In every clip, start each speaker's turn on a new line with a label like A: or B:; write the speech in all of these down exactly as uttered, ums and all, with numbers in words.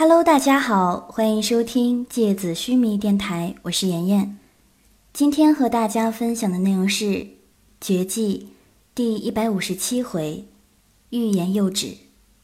A: Hello， 大家好，欢迎收听芥子须弥电台，我是妍妍。今天和大家分享的内容是《绝技》第一百五十七回，预言又止。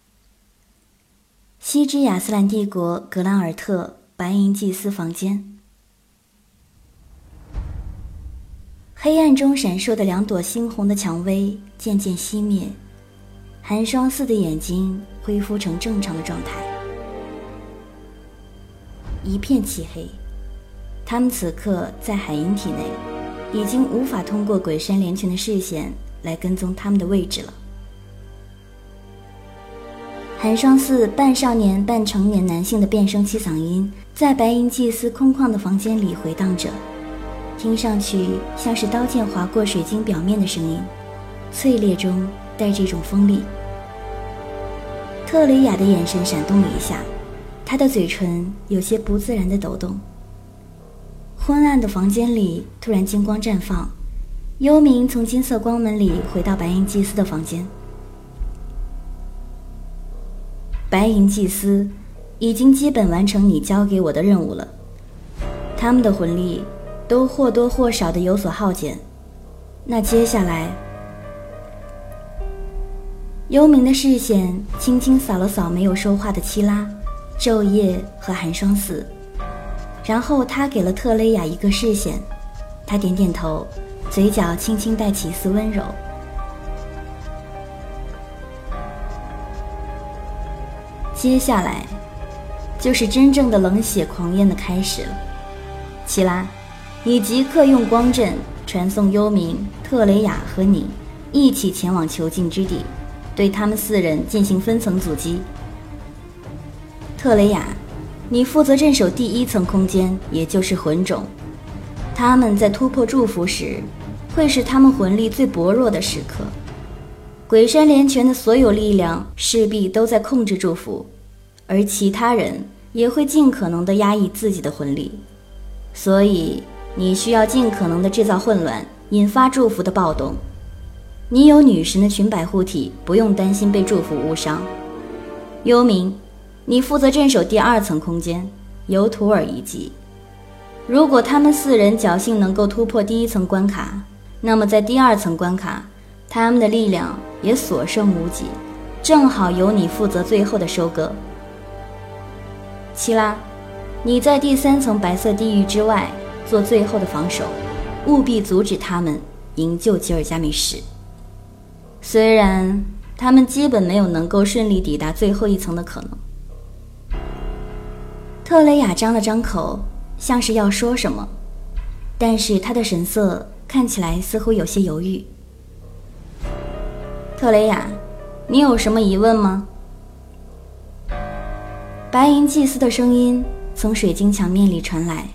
A: 西之亚斯兰帝国格兰尔特白银祭司房间，黑暗中闪烁的两朵猩红的蔷薇渐渐熄灭，寒霜似的眼睛恢复成正常的状态。一片漆黑，他们此刻在海银体内，已经无法通过鬼山连群的视线来跟踪他们的位置了。寒霜寺半少年半成年男性的变声期嗓音在白银祭司空旷的房间里回荡着，听上去像是刀剑划过水晶表面的声音，脆裂中带着一种锋利。特雷雅的眼神闪动了一下，他的嘴唇有些不自然的抖动。昏暗的房间里突然金光绽放，幽冥从金色光门里回到白银祭司的房间。白银祭司已经基本完成你交给我的任务了，他们的魂力都或多或少的有所耗减。那接下来，幽冥的视线轻轻扫了扫没有说话的七拉、昼夜和寒霜寺，然后他给了特雷雅一个视线，他点点头，嘴角轻轻带起一丝温柔。接下来就是真正的冷血狂焰的开始了。齐拉，你即刻用光阵传送幽冥、特雷雅和你一起前往囚禁之地，对他们四人进行分层阻击。特雷雅，你负责镇守第一层空间，也就是魂种。他们在突破祝福时，会是他们魂力最薄弱的时刻。鬼山连拳的所有力量势必都在控制祝福，而其他人也会尽可能地压抑自己的魂力。所以你需要尽可能地制造混乱，引发祝福的暴动。你有女神的裙摆护体，不用担心被祝福误伤。幽冥，你负责镇守第二层空间，由图尔一击。如果他们四人侥幸能够突破第一层关卡，那么在第二层关卡，他们的力量也所剩无几，正好由你负责最后的收割。七拉，你在第三层白色地狱之外做最后的防守，务必阻止他们营救吉尔加美什。虽然他们基本没有能够顺利抵达最后一层的可能。特雷雅张了张口，像是要说什么，但是他的神色看起来似乎有些犹豫。特雷雅，你有什么疑问吗？白银祭司的声音从水晶墙面里传来。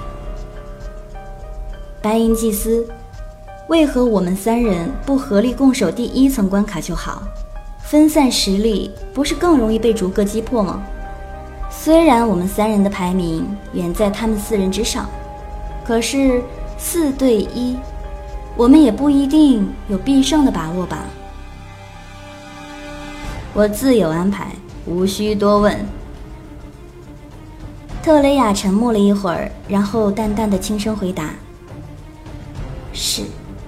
A: 白银祭司，为何我们三人不合力共守第一层关卡就好？分散实力不是更容易被逐个击破吗？虽然我们三人的排名远在他们四人之上，可是四对一，我们也不一定有必胜的把握吧。我自有安排，无需多问。特雷雅沉默了一会儿，然后淡淡的轻声回答：是。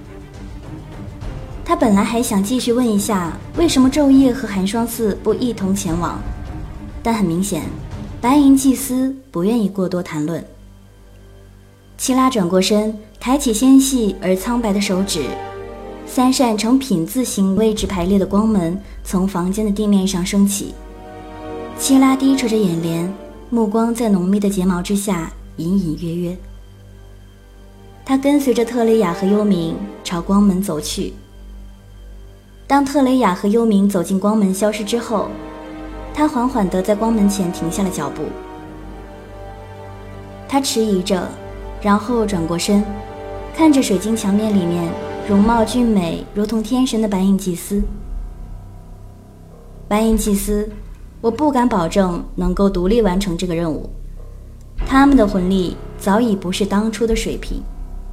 A: 他本来还想继续问一下为什么昼夜和寒霜寺不一同前往，但很明显白银祭司不愿意过多谈论。七拉转过身，抬起纤细而苍白的手指，三扇呈品字形位置排列的光门从房间的地面上升起。七拉低垂着眼帘，目光在浓密的睫毛之下隐隐约约。他跟随着特雷雅和幽冥朝光门走去。当特雷雅和幽冥走进光门消失之后，他缓缓地在光门前停下了脚步。他迟疑着，然后转过身，看着水晶墙面里面容貌俊美如同天神的白银祭司。白银祭司，我不敢保证能够独立完成这个任务，他们的魂力早已不是当初的水平。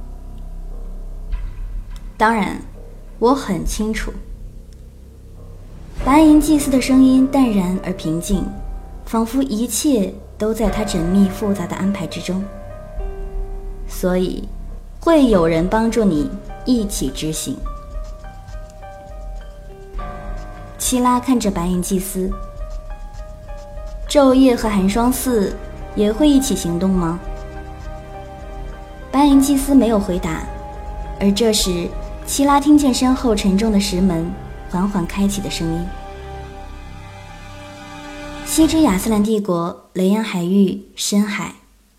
A: 当然，我很清楚。白银祭司的声音淡然而平静， 仿佛一切都在他缜密复杂的安排之中，所以会有人帮助你一起执行。希拉看着白银祭司，昼夜和寒霜寺也会一起行动吗？白银祭司没有回答，而这时希拉听见身后沉重的石门缓缓开启的声音。西之亚斯兰帝国雷阳海域深海，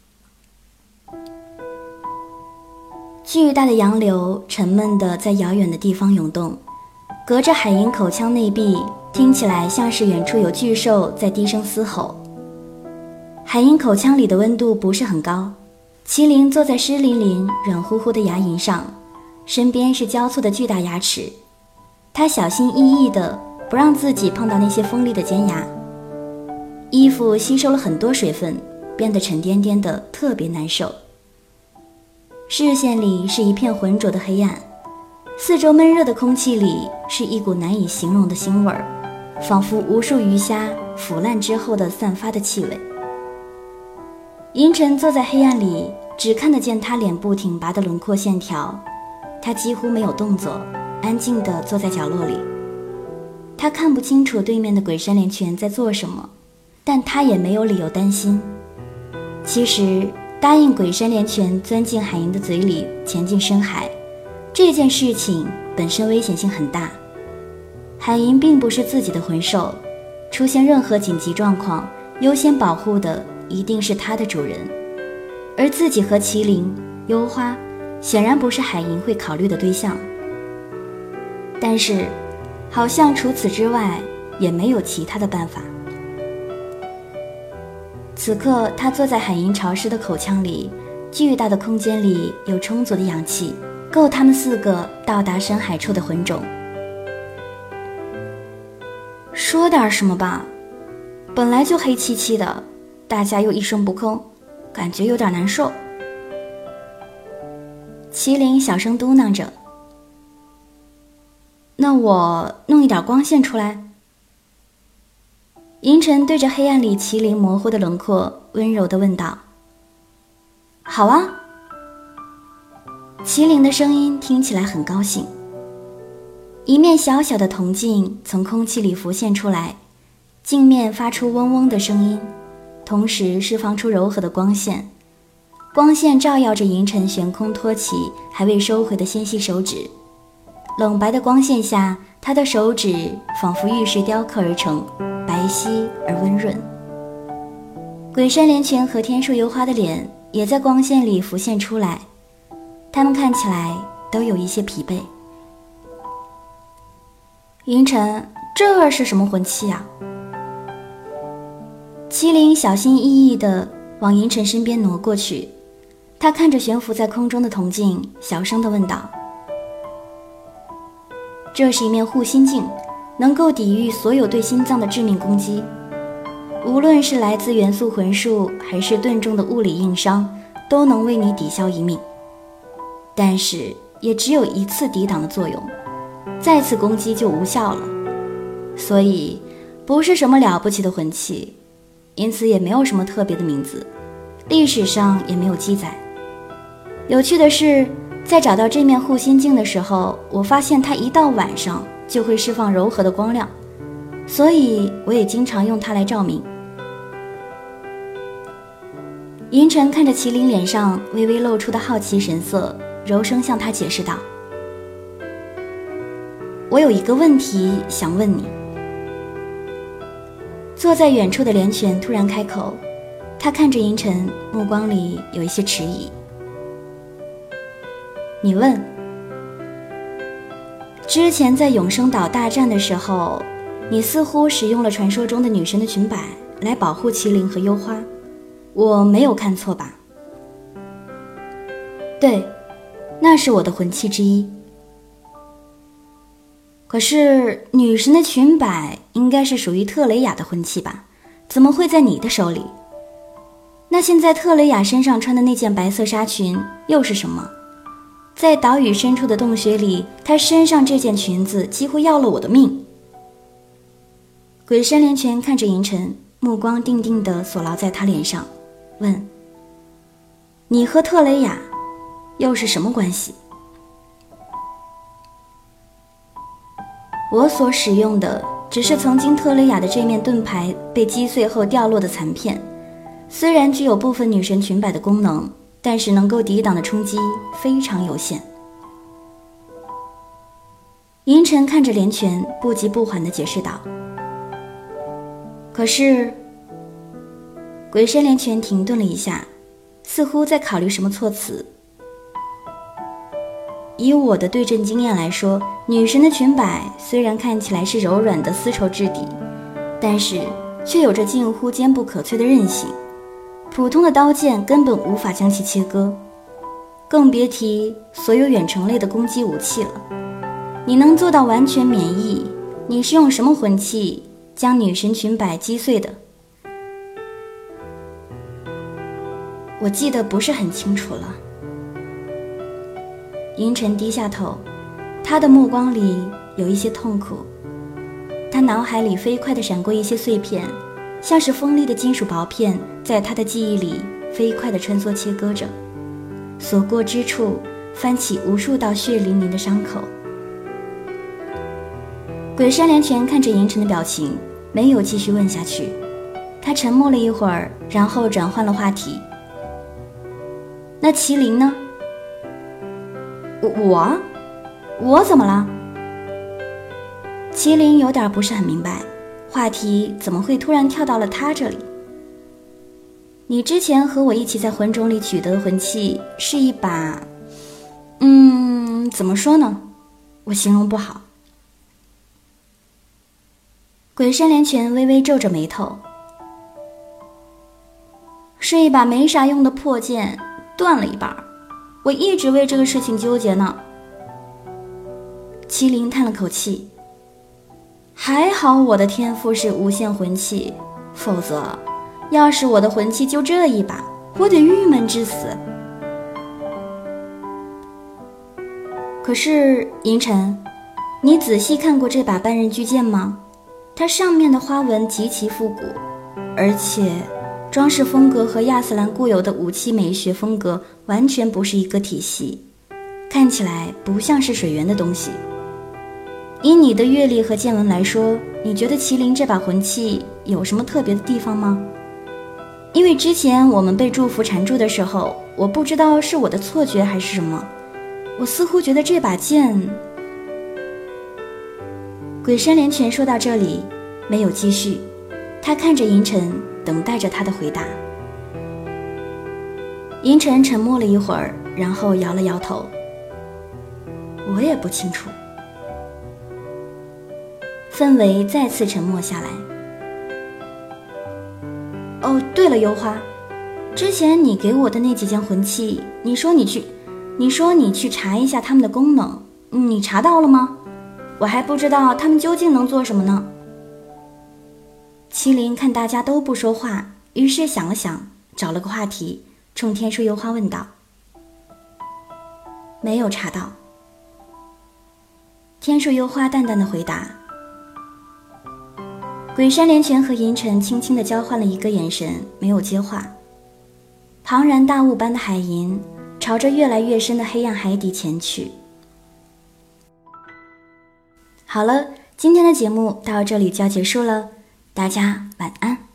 A: 巨大的洋流沉闷地在遥远的地方涌动，隔着海银口腔内壁，听起来像是远处有巨兽在低声嘶吼。海银口腔里的温度不是很高，麒麟坐在湿淋淋软乎乎的牙龈上，身边是交错的巨大牙齿，他小心翼翼地不让自己碰到那些锋利的尖牙。衣服吸收了很多水分，变得沉甸甸的，特别难受。视线里是一片浑浊的黑暗，四周闷热的空气里是一股难以形容的腥味儿，仿佛无数鱼虾腐烂之后的散发的气味。银尘坐在黑暗里，只看得见他脸部挺拔的轮廓线条，他几乎没有动作，安静地坐在角落里。他看不清楚对面的鬼山连拳在做什么，但他也没有理由担心。其实答应鬼山连拳钻进海银的嘴里前进深海，这件事情本身危险性很大。海银并不是自己的魂兽，出现任何紧急状况，优先保护的一定是它的主人，而自己和麒麟、幽花显然不是海银会考虑的对象。但是好像除此之外也没有其他的办法。此刻他坐在海银潮湿的口腔里，巨大的空间里有充足的氧气，够他们四个到达深海处的魂种。说点什么吧，本来就黑漆漆的，大家又一声不吭，感觉有点难受。麒麟小声嘟囔着，那我弄一点光线出来。银尘对着黑暗里麒麟模糊的轮廓温柔地问道。好啊。麒麟的声音听起来很高兴。一面小小的铜镜从空气里浮现出来，镜面发出嗡嗡的声音，同时释放出柔和的光线。光线照耀着银尘悬空托起还未收回的纤细手指，冷白的光线下，他的手指仿佛玉石雕刻而成，白皙而温润。鬼山连拳和天树幽花的脸也在光线里浮现出来，他们看起来都有一些疲惫。银尘，这是什么魂器啊？麒麟小心翼翼地往银尘身边挪过去，他看着悬浮在空中的铜镜，小声地问道。这是一面护心镜，能够抵御所有对心脏的致命攻击，无论是来自元素魂术还是钝重的物理硬伤，都能为你抵消一命，但是也只有一次抵挡的作用，再次攻击就无效了，所以不是什么了不起的魂器，因此也没有什么特别的名字，历史上也没有记载。有趣的是，在找到这面护心镜的时候，我发现它一到晚上就会释放柔和的光亮，所以我也经常用它来照明。银尘看着麒麟脸上微微露出的好奇神色，柔声向他解释道：我有一个问题想问你。坐在远处的连拳突然开口，他看着银尘，目光里有一些迟疑。你问。之前在永生岛大战的时候，你似乎使用了传说中的女神的裙摆来保护麒麟和幽花，我没有看错吧？对，那是我的魂器之一。可是女神的裙摆应该是属于特雷雅的魂器吧？怎么会在你的手里？那现在特雷雅身上穿的那件白色纱裙又是什么？在岛屿深处的洞穴里，她身上这件裙子几乎要了我的命。鬼山连拳看着银尘， 目光定定地锁牢在他脸上，问：你和特雷雅又是什么关系？我所使用的只是曾经特雷雅的这面盾牌被击碎后掉落的残片，虽然具有部分女神裙摆的功能，但是能够抵挡的冲击非常有限。银尘看着连泉，不急不缓地解释道：可是……鬼山连泉停顿了一下，似乎在考虑什么措辞。以我的对阵经验来说，女神的裙摆虽然看起来是柔软的丝绸质地，但是却有着近乎坚不可摧的韧性，普通的刀剑根本无法将其切割，更别提所有远程类的攻击武器了。你能做到完全免疫？你是用什么魂器将女神裙摆击碎的？我记得不是很清楚了。银尘低下头，他的目光里有一些痛苦，他脑海里飞快地闪过一些碎片，像是锋利的金属薄片，在他的记忆里飞快地穿梭切割着，所过之处翻起无数道血淋淋的伤口。鬼山连泉看着银尘的表情，没有继续问下去，他沉默了一会儿，然后转换了话题。那麒麟呢？我我怎么了？麒麟有点不是很明白，话题怎么会突然跳到了他这里。你之前和我一起在魂种里取得的魂器是一把……嗯，怎么说呢？我形容不好。鬼山连泉微微皱着眉头，是一把没啥用的破剑，断了一半。我一直为这个事情纠结呢。麒麟叹了口气，还好我的天赋是无限魂器，否则要是我的魂器就这一把，我得郁闷至死。可是银尘，你仔细看过这把半刃巨剑吗？它上面的花纹极其复古，而且装饰风格和亚斯兰固有的武器美学风格完全不是一个体系，看起来不像是水源的东西。以你的阅历和见闻来说，你觉得麒麟这把魂器有什么特别的地方吗？因为之前我们被祝福缠住的时候，我不知道是我的错觉还是什么，我似乎觉得这把剑……鬼山连泉说到这里没有继续，他看着银尘，等待着他的回答。银尘沉默了一会儿，然后摇了摇头，我也不清楚。氛围再次沉默下来。哦，对了，幽花，之前你给我的那几件魂器，你说你去你说你去查一下它们的功能，你查到了吗？我还不知道它们究竟能做什么呢。麒麟看大家都不说话，于是想了想，找了个话题，冲天树幽花问道：没有查到。天树幽花淡淡的回答。鬼山连泉和银尘轻轻地交换了一个眼神，没有接话。庞然大物般的海银朝着越来越深的黑暗海底前去。好了，今天的节目到这里就要结束了，大家晚安。